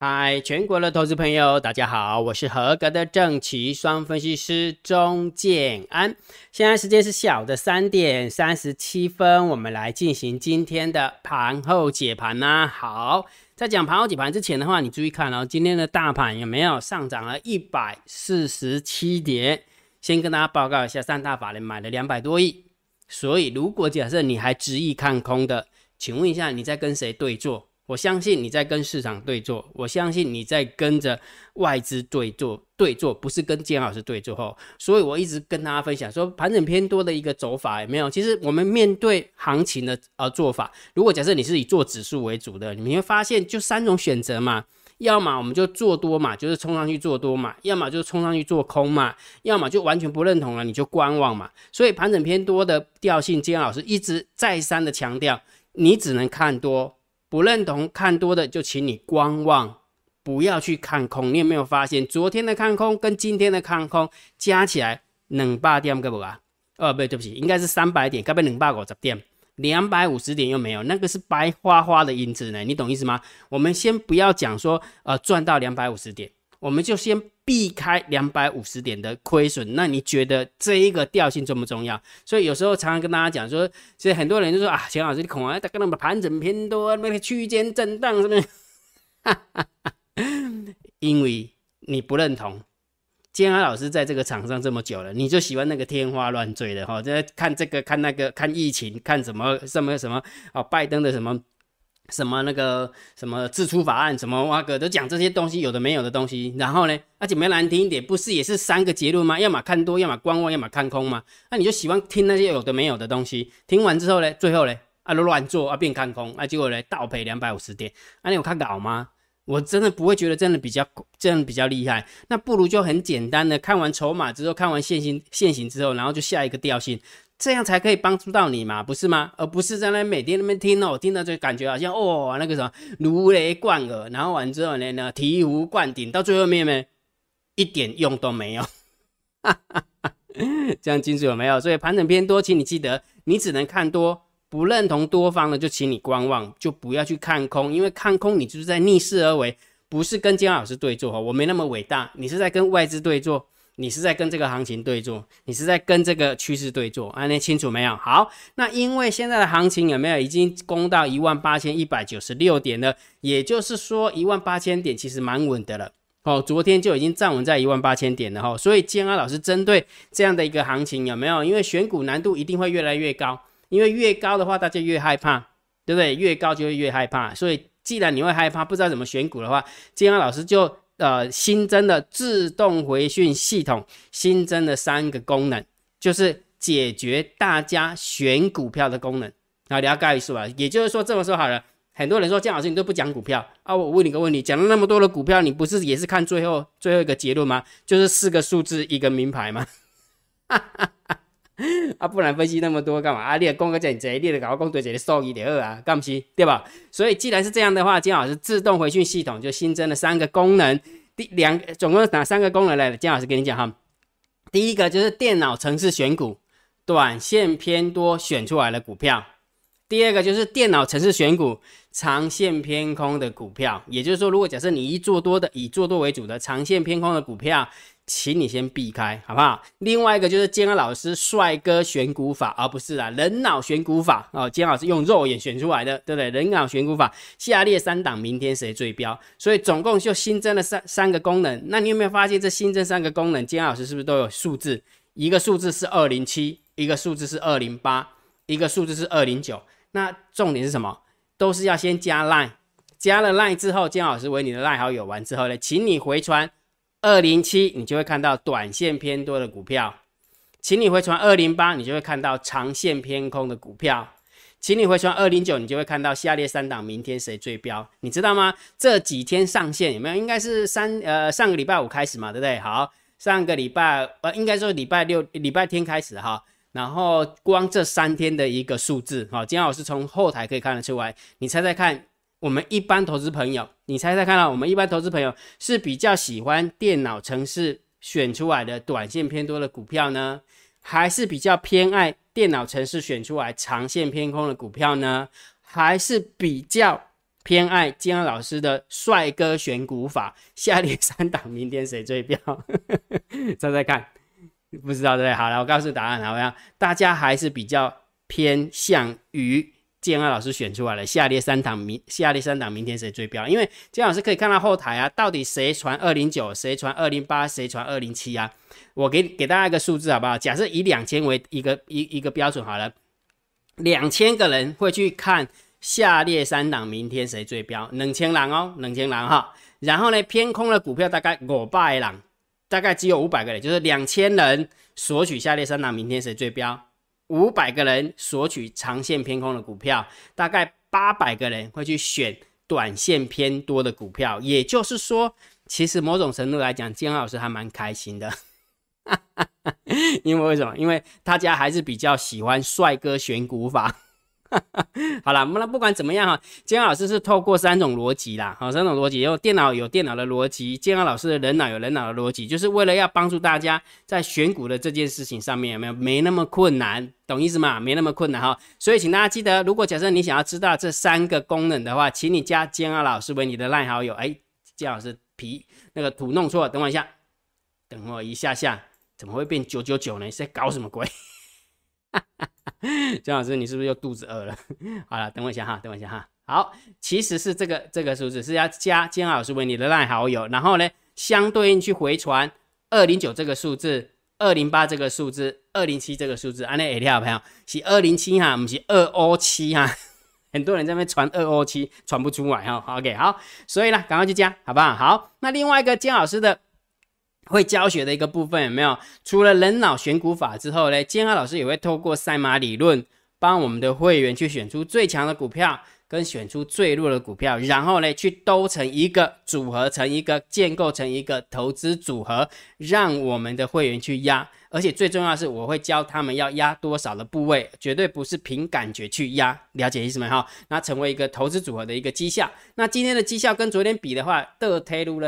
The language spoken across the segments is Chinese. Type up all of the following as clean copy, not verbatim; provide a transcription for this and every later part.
嗨，全国的投资朋友，大家好，我是合格的正奇双分析师钟建安。现在时间是下午的3点37分，我们来进行今天的盘后解盘啦。好，在讲盘后解盘之前的话，你注意看哦，今天的大盘有没有上涨了147点？先跟大家报告一下，三大法人买了200多亿，所以如果假设你还执意看空的，请问一下你在跟谁对坐？我相信你在跟市场对坐，我相信你在跟着外资对坐，不是跟建安老师对坐吼。所以我一直跟大家分享说，盘整偏多的一个走法有没有？其实我们面对行情的做法，如果假设你是以做指数为主的，你会发现就3种选择嘛。要么我们就做多嘛，就是冲上去做多嘛；要么就冲上去做空嘛；要么就完全不认同了，你就观望嘛。所以盘整偏多的调性，建安老师一直再三的强调，你只能看多。不认同看多的就请你观望，不要去看空。你有没有发现昨天的看空跟今天的看空加起来200点对不啊？对不起，应该是300点，该不250点，250点又没有，那个是白花花的因子呢，你懂意思吗？我们先不要讲说赚到250点，我们就先避开250点的亏损。那你觉得这一个调性重不重要？所以有时候常常跟大家讲说，所以很多人就说啊，钱老师你恐啊，大概那么盘整偏多，那个区间震荡什么？因为你不认同。建安老师在这个场上这么久了，你就喜欢那个天花乱坠的哈，在看这个看那个，看疫情，看什么拜登的什么那个什么自出法案，什么哇哥都讲这些东西，有的没有的东西。然后呢，而且没难听一点，不是也是3个结论吗？要么看多，要么观望，要么看空吗？那你就喜欢听那些有的没有的东西。听完之后呢，最后呢，都乱做变看空，结果呢倒赔250点。你有看稿吗？我真的不会觉得真的比较厉害。那不如就很简单的看完筹码之后，看完现行之后，然后就下一个调性。这样才可以帮助到你嘛，不是吗？而不是在那每天那边听听到就感觉好像那个什么如雷贯耳，然后完之后呢醍醐灌顶，到最后面呢一点用都没有。这样清楚有没有？所以盘整偏多，请你记得，你只能看多，不认同多方的就请你观望，就不要去看空，因为看空你就是在逆势而为，不是跟建安老师对坐，我没那么伟大，你是在跟外资对坐。你是在跟这个行情对坐，你是在跟这个趋势对坐，那清楚没有？好，那因为现在的行情有没有已经攻到18196点了，也就是说18000点其实蛮稳的了。昨天就已经站稳在18000点了，所以建安老师针对这样的一个行情有没有？因为选股难度一定会越来越高，因为越高的话大家越害怕，对不对？越高就会越害怕，所以既然你会害怕，不知道怎么选股的话，建安老师就新增的自动回讯系统，新增的3个功能，就是解决大家选股票的功能。了解意思吧？也就是说这么说好了，很多人说姜老师你都不讲股票啊，我问你个问题，讲了那么多的股票，你不是也是看最后一个结论吗？就是4个数字1个名牌吗？不然分析那么多干嘛？你也讲个这样，你也跟我讲对这个数字就好啊，干不是对吧？所以既然是这样的话，姜老师自动回讯系统就新增了3个功能。总共哪3个功能来？姜老师跟你讲哈。第一个就是电脑程式选股，短线偏多选出来的股票。第二个就是电脑程式选股，长线偏空的股票。也就是说，如果假设你以做多为主的长线偏空的股票，请你先避开，好不好？另外一个就是建安老师帅哥选股法，不是啦，人脑选股法建安老师用肉眼选出来的，对不对？人脑选股法，下列3档明天谁最标？所以总共就新增了三个功能。那你有没有发现这新增3个功能，建安老师是不是都有数字？一个数字是207，一个数字是208，一个数字是209。那重点是什么？都是要先加 LINE， 加了 LINE 之后，建安老师为你的 LINE 好友完之后呢，请你回传207，你就会看到短线偏多的股票，请你回传208，你就会看到长线偏空的股票，请你回传209，你就会看到下列3档明天谁最标，你知道吗？这几天上线有没有？应该是上个礼拜5开始嘛，对不对？好，上个礼拜应该说礼拜天开始哈。然后光这3天的一个数字，金老师从后台可以看得出来，你猜猜看，我们一般投资朋友，我们一般投资朋友是比较喜欢电脑程式选出来的短线偏多的股票呢，还是比较偏爱电脑程式选出来长线偏空的股票呢？还是比较偏爱建安老师的帅哥选股法，下列3档明天谁最标？猜猜看，不知道对不对？好了，我告诉答案，好不好？大家还是比较偏向于建安老师选出来的下列三档明天谁最标？因为建安老师可以看到后台啊，到底谁传209，谁传208，谁传207啊？我给大家一个数字好不好？假设以2000为一个标准好了，2000个人会去看下列3档明天谁最标？2000人哦，2000人哈。然后呢，偏空的股票大概500人，大概只有500个人，就是2000人索取下列3档明天谁最标，500个人索取长线偏空的股票，大概800个人会去选短线偏多的股票。也就是说，其实某种程度来讲，建安老师还蛮开心的。因为为什么？因为大家还是比较喜欢帅哥选股法。好啦，那不管怎么样哈，建安老师是透过3种逻辑啦，好，3种逻辑，有电脑有电脑的逻辑，建安老师的人脑有人脑的逻辑，就是为了要帮助大家在选股的这件事情上面没那么困难，懂意思吗？没那么困难哈，所以请大家记得，如果假设你想要知道这3个功能的话，请你加建安老师为你的LINE好友。建安老师那个图弄错了，等我一下，等我一下下，怎么会变999呢？是在搞什么鬼？江老师，你是不是又肚子饿了？好了，等我一下哈。好，其实是这个数字是要加建安老师为你的LINE好友，然后呢，相对应去回传209这个数字、208这个数字、207这个数字，安内会了朋友是207哈，不是257哈。很多人在那边传257，传不出来哈。OK， 好，所以呢，赶快去加，好不好？好，那另外一个建安老师的会教学的一个部分有没有？除了人脑选股法之后呢，建安老师也会透过赛马理论，帮我们的会员去选出最强的股票，跟选出最弱的股票，然后呢，去兜成一个组合，建构成一个投资组合，让我们的会员去压。而且最重要的是，我会教他们要压多少的部位，绝对不是凭感觉去压，了解意思没哈？那成为一个投资组合的一个绩效。那今天的绩效跟昨天比的话，都推入了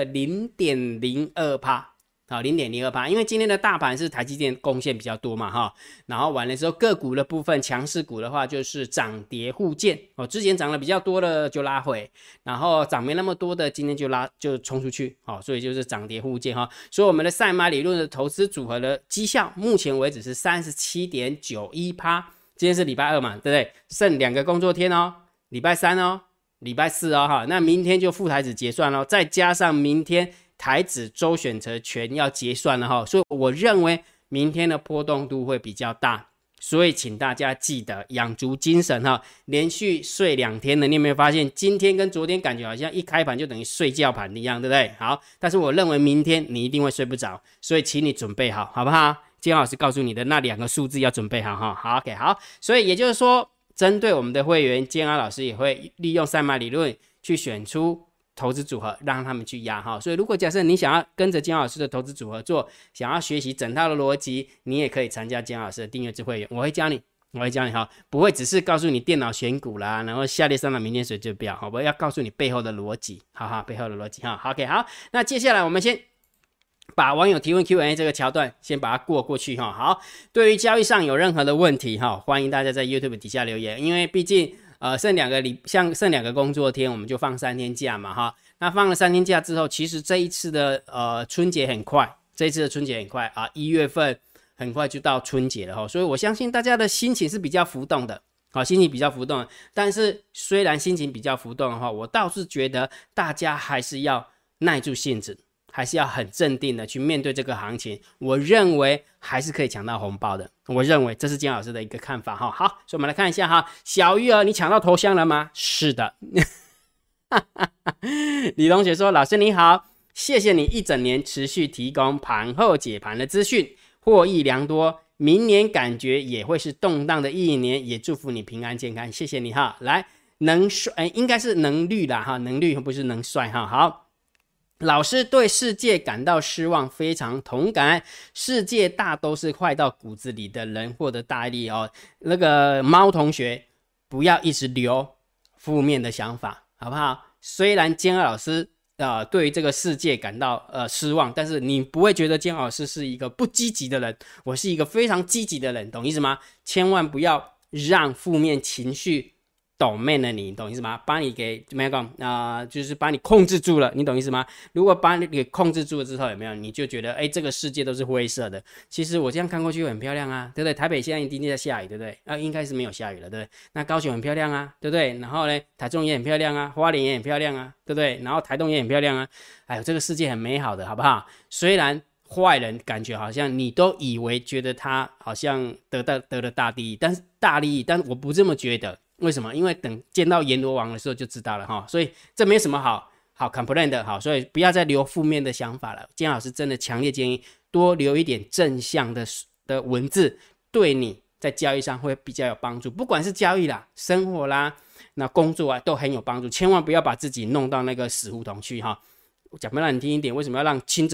0.02%。好 0.02%， 因为今天的大盘是台积电贡献比较多嘛哈，然后完了之后个股的部分，强势股的话就是涨跌互见哦，之前涨得比较多的就拉回，然后涨没那么多的今天就冲出去，好，所以就是涨跌互见哈，所以我们的赛马理论的投资组合的绩效，目前为止是 37.91%， 今天是礼拜2嘛，对不对？剩2个工作天哦，礼拜3哦，礼拜4哦哈，那明天就富台指结算哦，再加上明天台指周选择权要结算了哈，所以我认为明天的波动度会比较大，所以请大家记得养足精神哈。连续睡2天了，你有没有发现今天跟昨天感觉好像一开盘就等于睡觉盘一样，对不对？好，但是我认为明天你一定会睡不着，所以请你准备好，好不好？今天老师告诉你的那2个数字要准备好哈。好 ，OK， 好，所以也就是说，针对我们的会员，建安老师也会利用赛马理论去选出投资组合，让他们去压哈。所以如果假设你想要跟着建安老师的投资组合做，想要学习整套的逻辑，你也可以参加建安老师的订阅制会员，我会教你哈，不会只是告诉你电脑选股啦，然后下列3档明天谁最标，好，我要告诉你背后的逻辑，好，背后的逻辑哈。OK， 好，那接下来我们先把网友提问 Q&A 这个桥段先把它过去哈。好，对于交易上有任何的问题哈，欢迎大家在 YouTube 底下留言，因为毕竟剩2个工作天，我们就放3天假嘛哈。那放了3天假之后，其实这一次的春节很快，啊，1月份很快就到春节了哈，所以我相信大家的心情是比较浮动的，好，心情比较浮动的。但是虽然心情比较浮动的话，我倒是觉得大家还是要耐住性子，还是要很镇定的去面对这个行情。我认为还是可以抢到红包的，我认为这是金老师的一个看法哈。好，所以我们来看一下哈，小鱼儿，你抢到头香了吗？是的。李同学说：“老师你好，谢谢你一整年持续提供盘后解盘的资讯，获益良多。明年感觉也会是动荡的一年，也祝福你平安健康，谢谢你哈。来，能帅，应该是能绿啦哈，能绿不是能帅哈。好，老师对世界感到失望，非常同感。世界大都是坏到骨子里的人获得大利哦。那个猫同学，不要一直留负面的想法。”好不好？虽然建安老师对于这个世界感到失望，但是你不会觉得建安老师是一个不积极的人，我是一个非常积极的人，懂意思吗？千万不要让负面情绪 domain 了你懂意思吗？把你给怎么样讲就是把你控制住了，你懂意思吗？如果把你给控制住了之后，有没有你就觉得这个世界都是灰色的？其实我这样看过去很漂亮啊，对不对？台北现在一定在下雨，对不对？应该是没有下雨了，对不对？那高雄很漂亮啊，对不对？然后呢，台中也很漂亮啊，花莲也很漂亮啊，对不对？然后台东也很漂亮啊，哎呦，这个世界很美好的，好不好？虽然坏人感觉好像你都以为觉得他好像得了大利益，但我不这么觉得。为什么？因为等见到阎罗王的时候就知道了哈，所以这没什么好 complain 的，好，所以不要再留负面的想法了。建安老师真的强烈建议多留一点正向的文字，对你在交易上会比较有帮助，不管是交易啦、生活啦、那工作啊都很有帮助，千万不要把自己弄到那个死胡同去哈。讲不让你听一点，为什么要让亲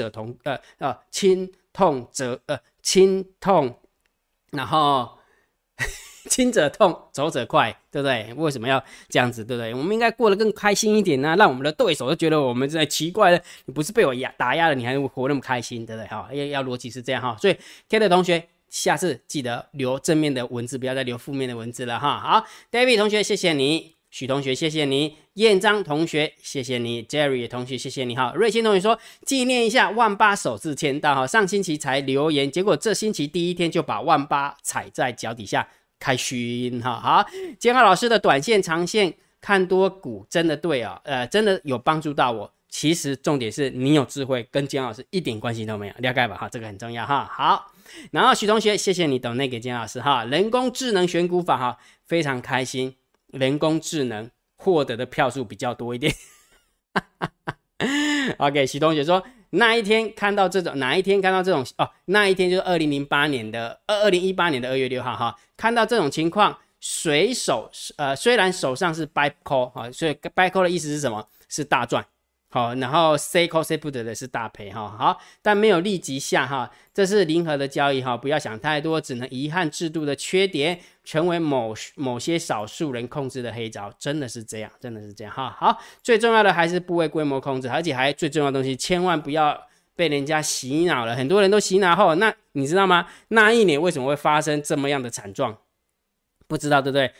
痛，然后亲者痛，走者快，对不对？为什么要这样子，对不对？我们应该过得更开心一点呢，让我们的对手都觉得我们在奇怪了，你不是被我打压了，你还活那么开心，对不对？哈，要逻辑是这样哈。所以 K 的同学，下次记得留正面的文字，不要再留负面的文字了哈。好 ，David 同学，谢谢你。许同学，谢谢你；燕章同学，谢谢你；Jerry 同学，谢谢你。哈，瑞欣同学说纪念一下18000首次签到哈，上星期才留言，结果这星期第一天就把18000踩在脚底下，开心哈。好，建浩老师的短线、长线看多股真的对啊，真的有帮助到我。其实重点是你有智慧，跟建浩老师一点关系都没有，了解吧？哈，这个很重要哈。好，然后许同学，谢谢你抖内给建浩老师哈，人工智能选股法哈，非常开心。人工智能获得的票数比较多一点OK， 许同学说哪一天看到这种那一天就是2018年的2月6号哈，看到这种情况，虽然手上是 buy call 所以 buy call 的意思是什么？是大赚。好，然后 say call say put 的是大赔哈，好，但没有立即下哈，这是零和的交易哈，不要想太多，只能遗憾制度的缺点，成为某些少数人控制的黑招，真的是这样哈。好，最重要的还是部位规模控制，而且还最重要的东西，千万不要被人家洗脑了，很多人都洗脑后，那你知道吗？那一年为什么会发生这么样的惨状？不知道对不对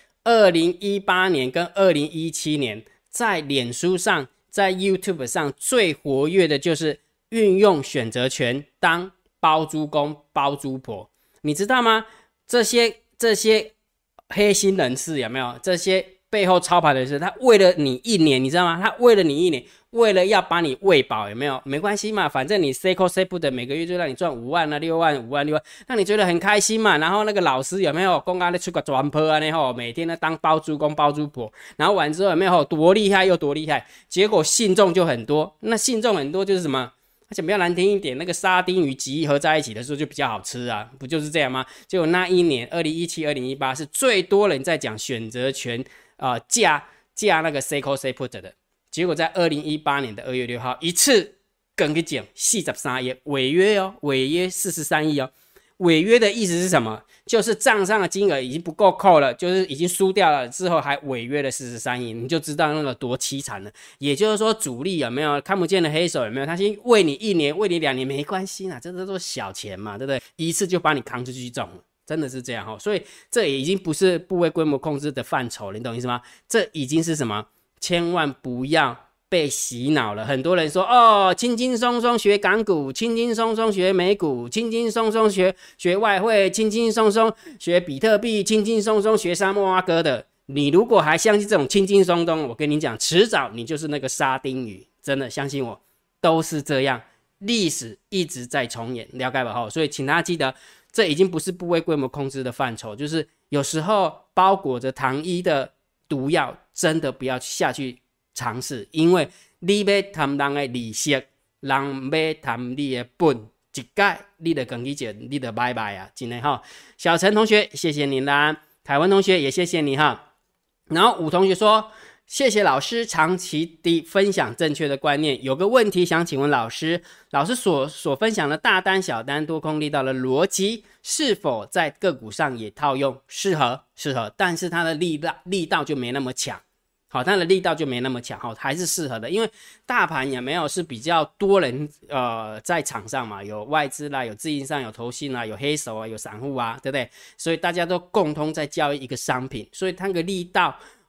？2018年跟2017年在脸书上。在 YouTube 上最活跃的就是运用选择权当包租公包租婆，你知道吗？这些黑心人士有没有？这些背后操盘的人士，他为了你一年，你知道吗？他为了你一年，为了要把你喂饱，有没有？没关系嘛，反正你 say call say put 的每个月就让你赚5万啊、6万、5万、6万，让你觉得很开心嘛。然后那个老师有没有公开的出个专坡啊？然后每天呢当包租公包租婆，然后完之后有没有多厉害又多厉害？结果信众就很多，那信众很多就是什么？而且比较难听一点，那个沙丁鱼集合在一起的时候就比较好吃啊，不就是这样吗？结果那一年2017、2018是最多人在讲选择权价那个 say call say put 的。结果在2018年2月6号一次跟你讲43亿违约哦，违约43亿哦。违约的意思是什么？就是账上的金额已经不够扣了，就是已经输掉了之后还违约了43亿，你就知道那个多凄惨了。也就是说主力有没有看不见的黑手有没有？他先喂你1年喂你2年没关系啦，这都是小钱嘛，对不对？一次就把你扛出去种了。真的是这样所以这已经不是部位规模控制的范畴了，你懂意思吗？这已经是什么？千万不要被洗脑了。很多人说轻轻松松学港股，轻轻松松学美股，轻轻松松学外汇，轻轻松松学比特币，轻轻松松学沙漠阿哥的。你如果还相信这种轻轻松松，我跟你讲，迟早你就是那个沙丁鱼，真的相信我，都是这样。历史一直在重演，了解吧？所以请大家记得，这已经不是部位规模控制的范畴，就是有时候包裹着糖衣的毒药真的不要下去尝试，因为你要贪人的利息，人要贪你的本，一改你的跟以前你的拜拜啊，真的哈。小陈同学，谢谢你啦，凯文同学也谢谢你哈。然后武同学说，谢谢老师长期的分享正确的观念，有个问题想请问老师，老师所分享的大单、小单、多空力道的逻辑，是否在个股上也套用？适合，但是它的力道就没那么强。好，它的力道就没那么强，还是适合的，因为大盘也没有是比较多人在场上嘛，有外资啦，有自营商，有投信啦，有黑手啊，有散户啊，对不对？所以大家都共同在交易一个商品，所以它的力道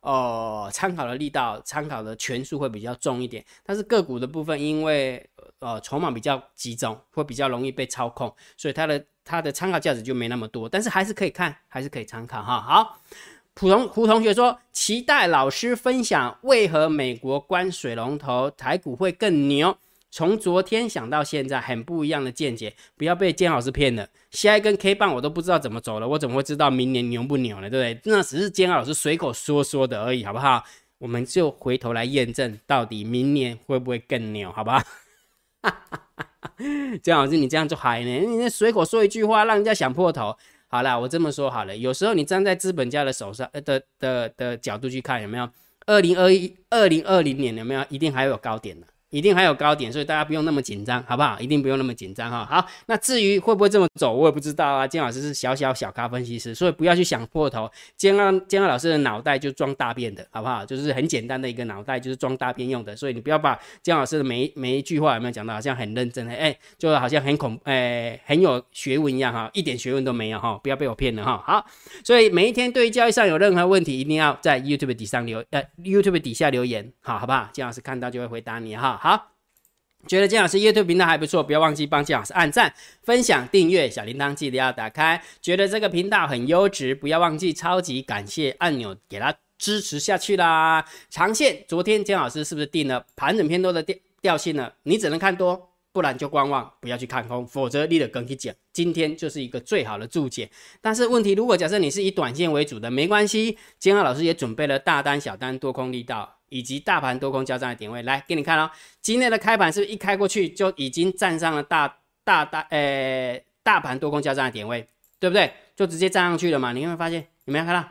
参考的力道、参考的权数会比较重一点。但是个股的部分，因为筹码比较集中，会比较容易被操控，所以它的参考价值就没那么多。但是还是可以看，还是可以参考哈。好，胡同学说，期待老师分享为何美国关水龙头，台股会更牛。从昨天想到现在，很不一样的见解，不要被监老师骗了。下一根 K 棒我都不知道怎么走了，我怎么会知道明年牛不牛呢？对不对？那只是监老师随口说的而已，好不好？我们就回头来验证，到底明年会不会更牛，好不好？监老师，你这样就嗨呢？你随口说一句话，让人家想破头。好啦，我这么说好了，有时候你站在资本家的手上的角度去看，有没有？2020年有没有？一定还有高点的。一定还有高点，所以大家不用那么紧张，好不好？一定不用那么紧张哈。好，那至于会不会这么走，我也不知道啊。姜老师是小咖分析师，所以不要去想破头。姜老师的脑袋就装大便的，好不好？就是很简单的一个脑袋，就是装大便用的。所以你不要把姜老师的每一句话有没有讲到好像很认真，就好像很有学问一样哈，一点学问都没有哈，不要被我骗了哈。好，所以每一天对于交易上有任何问题，一定要在 YouTube 底下留言，好不好？姜老师看到就会回答你哈。好，觉得姜老师 YouTube 频道还不错，不要忘记帮姜老师按赞、分享、订阅，小铃铛记得要打开。觉得这个频道很优质，不要忘记超级感谢按钮，给它支持下去啦。长线，昨天姜老师是不是定了盘整偏多的调性呢？你只能看多，不然就观望，不要去看空，否则你得跟去讲。今天就是一个最好的注解。但是问题，如果假设你是以短线为主的，没关系，姜老师也准备了大单、小单、多空力道。以及大盘多空交战的点位，来给你看哦。今天的开盘是不是一开过去就已经站上了大盘多空交战的点位，对不对？就直接站上去了嘛？你有没有发现？有没有看到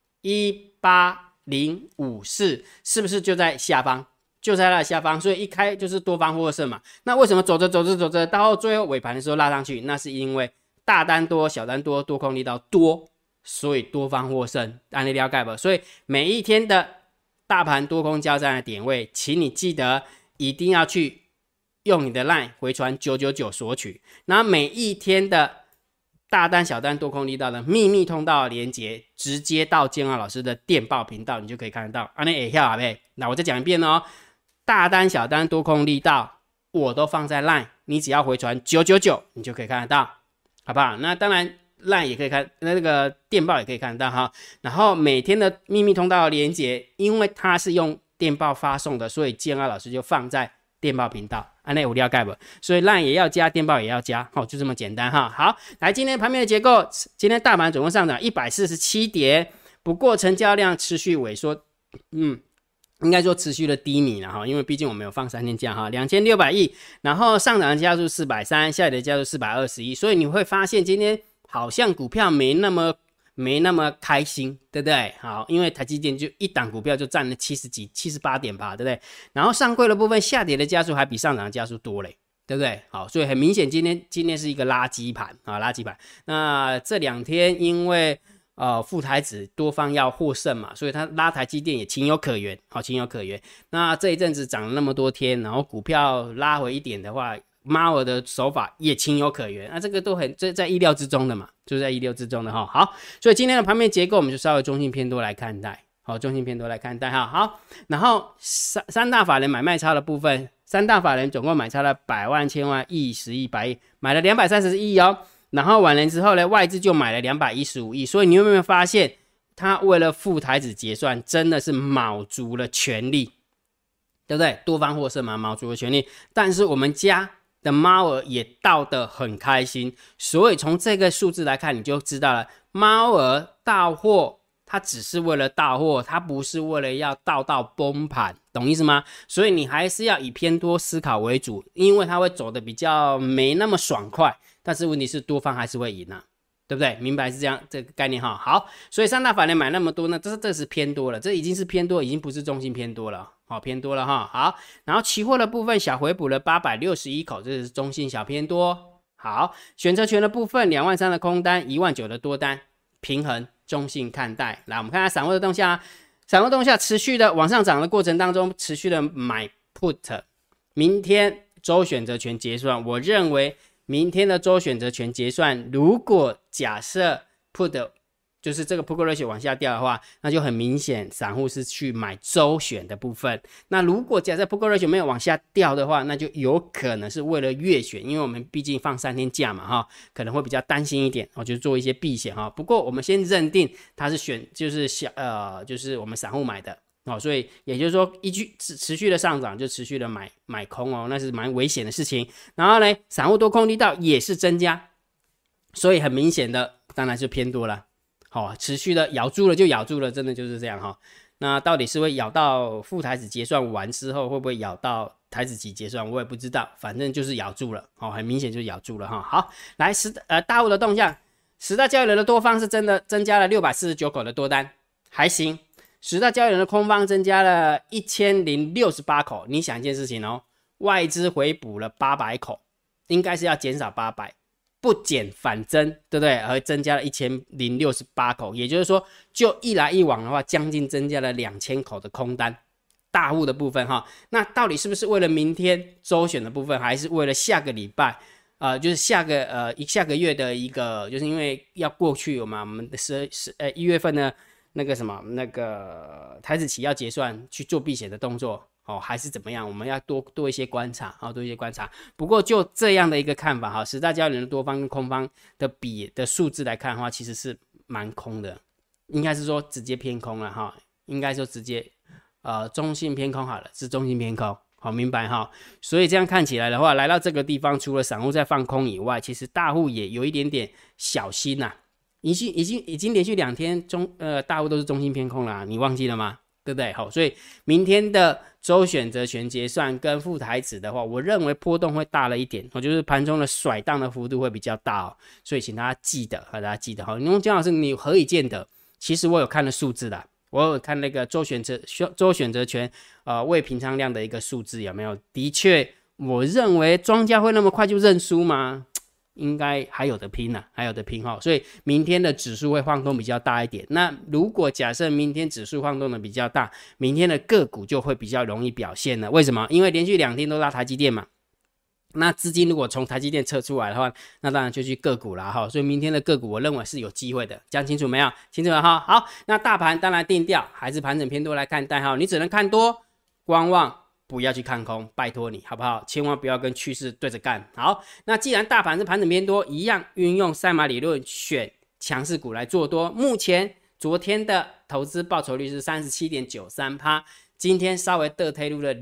18054是不是就在下方？就在它的下方，所以一开就是多方获胜嘛。那为什么走着到最后尾盘的时候拉上去？那是因为大单多、小单多、多空力道多，所以多方获胜。按你了解吧？所以每一天的大盘多空交战的点位，请你记得一定要去用你的 LINE 回传999索取，然后每一天的大单小单多空力道的秘密通道连结，直接到建安老师的电报频道，你就可以看得到。那我再讲一遍哦，大单小单多空力道我都放在 LINE， 你只要回传999，你就可以看得到，好不好？那当然。LINE 也可以看，那个电报也可以看到哈。然后每天的秘密通道的连结，因为它是用电报发送的，所以建安老师就放在电报频道。那有了解不？所以 LINE 也要加，电报也要加，就这么简单哈。好，来今天盘面的结构，今天大盘总共上涨147点，不过成交量持续萎缩，应该说持续的低迷了哈，因为毕竟我们有放3天假哈，2600亿，然后上涨的家数430，下跌的家数421，所以你会发现今天。好像股票没那么开心，对不对？好，因为台积电就一档股票就占了78点吧，对不对？然后上柜的部分下跌的家数还比上涨的家数多嘞，对不对？好，所以很明显今天是一个垃圾盘啊，垃圾盘。那这2天因为富台指多方要获胜嘛，所以它拉台积电也情有可原，情有可原。那这一阵子涨了那么多天，然后股票拉回一点的话。猫儿的手法也情有可原，这个都这在意料之中的嘛，就是在意料之中的哈。好，所以今天的盘面结构我们就稍微中性偏多来看待，中性偏多来看待哈。好，然后三大法人买卖超的部分，三大法人总共买超了100万、千万、亿、10亿、100亿，买了230亿哦。然后完了之后呢，外资就买了215亿，所以你有没有发现，他为了富台指结算，真的是卯足了全力，对不对？多方获胜嘛，卯足了全力。但是我们家的猫儿也到得很开心，所以从这个数字来看，你就知道了，猫儿到货，它只是为了到货，它不是为了要到崩盘，懂意思吗？所以你还是要以偏多思考为主，因为它会走的比较没那么爽快，但是问题是多方还是会赢啊，对不对？明白是这样这个概念哈。好，所以三大法人买那么多呢，这是偏多了，这已经是偏多，已经不是中性偏多了。偏多了哈。好，然后期货的部分小回补了861口，这是中性小偏多。好，选择权的部分23000的空单，19000的多单，平衡中性看待。来，我们看看散户的动向，散户动向持续的往上涨的过程当中，持续的买 put。明天周选择权结算，我认为明天的周选择权结算，如果假设 put 就是这个 Put Call Ratio 往下掉的话，那就很明显散户是去买周选的部分。那如果假设 Put Call Ratio 没有往下掉的话，那就有可能是为了月选，因为我们毕竟放3天假嘛可能会比较担心一点就做一些避险不过我们先认定它是就是就是我们散户买的所以也就是说持续的上涨就持续的买空那是蛮危险的事情。然后呢，散户多空力道也是增加，所以很明显的当然就偏多了。持续的咬住了就咬住了，真的就是这样那到底是会咬到富台指结算完之后，会不会咬到台指期结算，我也不知道，反正就是咬住了很明显就咬住了好，来大户的动向，10大交易人的多方是真的增加了649口的多单，还行。10大交易人的空方增加了1068口，你想一件事情外资回补了800口，应该是要减少800。不减反增，对不对？而增加了1068口，也就是说，就一来一往的话，将近增加了2000口的空单，大户的部分那到底是不是为了明天周选的部分，还是为了下个礼拜？就是下个月的一个，就是因为要过去嘛，我们的1月份呢，那个台指期要结算去做避险的动作。还是怎么样？我们要多一些观察多一些观察。不过就这样的一个看法10大交易人的多方跟空方的比的数字来看的话，其实是蛮空的，应该是说直接偏空了应该说直接中性偏空好了，是中性偏空。好，明白所以这样看起来的话，来到这个地方，除了散户在放空以外，其实大户也有一点点小心已经连续2天大户都是中性偏空了，你忘记了吗？对不对？所以明天的周选择权结算跟富台指的话，我认为波动会大了一点就是盘中的甩荡的幅度会比较大所以请大家记得大家记得你用姜老师你何以见得？其实我有看了数字的，我有看那个周选择权未平仓量的一个数字有没有？的确，我认为庄家会那么快就认输吗？应该还有的拼还有的拼所以明天的指数会晃动比较大一点。那如果假设明天指数晃动的比较大，明天的个股就会比较容易表现了。为什么？因为连续2天都拉台积电嘛，那资金如果从台积电撤出来的话，那当然就去个股了所以明天的个股我认为是有机会的，讲清楚没有？清楚了好，那大盘当然定调还是盘整偏多来看待你只能看多观望，不要去看空，拜托你好不好？千万不要跟趋势对着干。好，那既然大盘是盘整偏多，一样运用赛马理论选强势股来做多。目前昨天的投资报酬率是 37.93%， 今天稍微倒退入了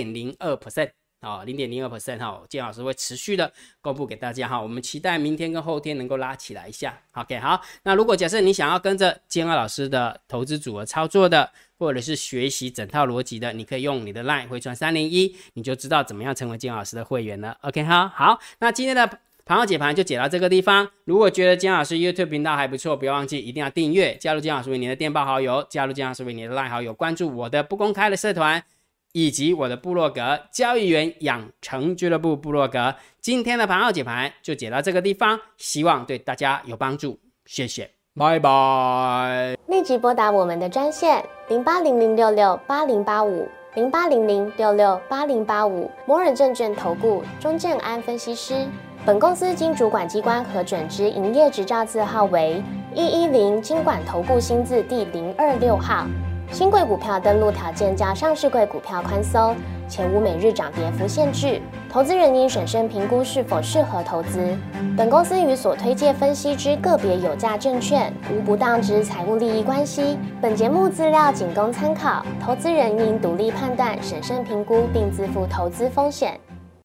0.02%。0.02% 建老师会持续的公布给大家我们期待明天跟后天能够拉起来一下。OK， 好，那如果假设你想要跟着建老师的投资组合操作的，或者是学习整套逻辑的，你可以用你的 LINE 回传301，你就知道怎么样成为建老师的会员了。OK， 好，那今天的盘后解盘就解到这个地方。如果觉得建老师 YouTube 频道还不错，不要忘记一定要订阅，加入建老师为你的电报好友，加入建老师为你的 LINE 好友，关注我的不公开的社团以及我的部落格交易员养成俱乐部部落格。今天的盘后解盘就解到这个地方，希望对大家有帮助，谢谢，拜拜。 立即拨打我们的专线0800668085 0800668085，摩尔证券投顾钟正安分析师。本公司经主管机关核准之营业执照字号为110金管投顾新字第026号。新贵股票登录条件较上市贵股票宽松，且无每日涨跌幅限制。投资人应审慎评估是否适合投资。本公司与所推介分析之个别有价证券无不当之财务利益关系。本节目资料仅供参考，投资人应独立判断、审慎评估并自负投资风险。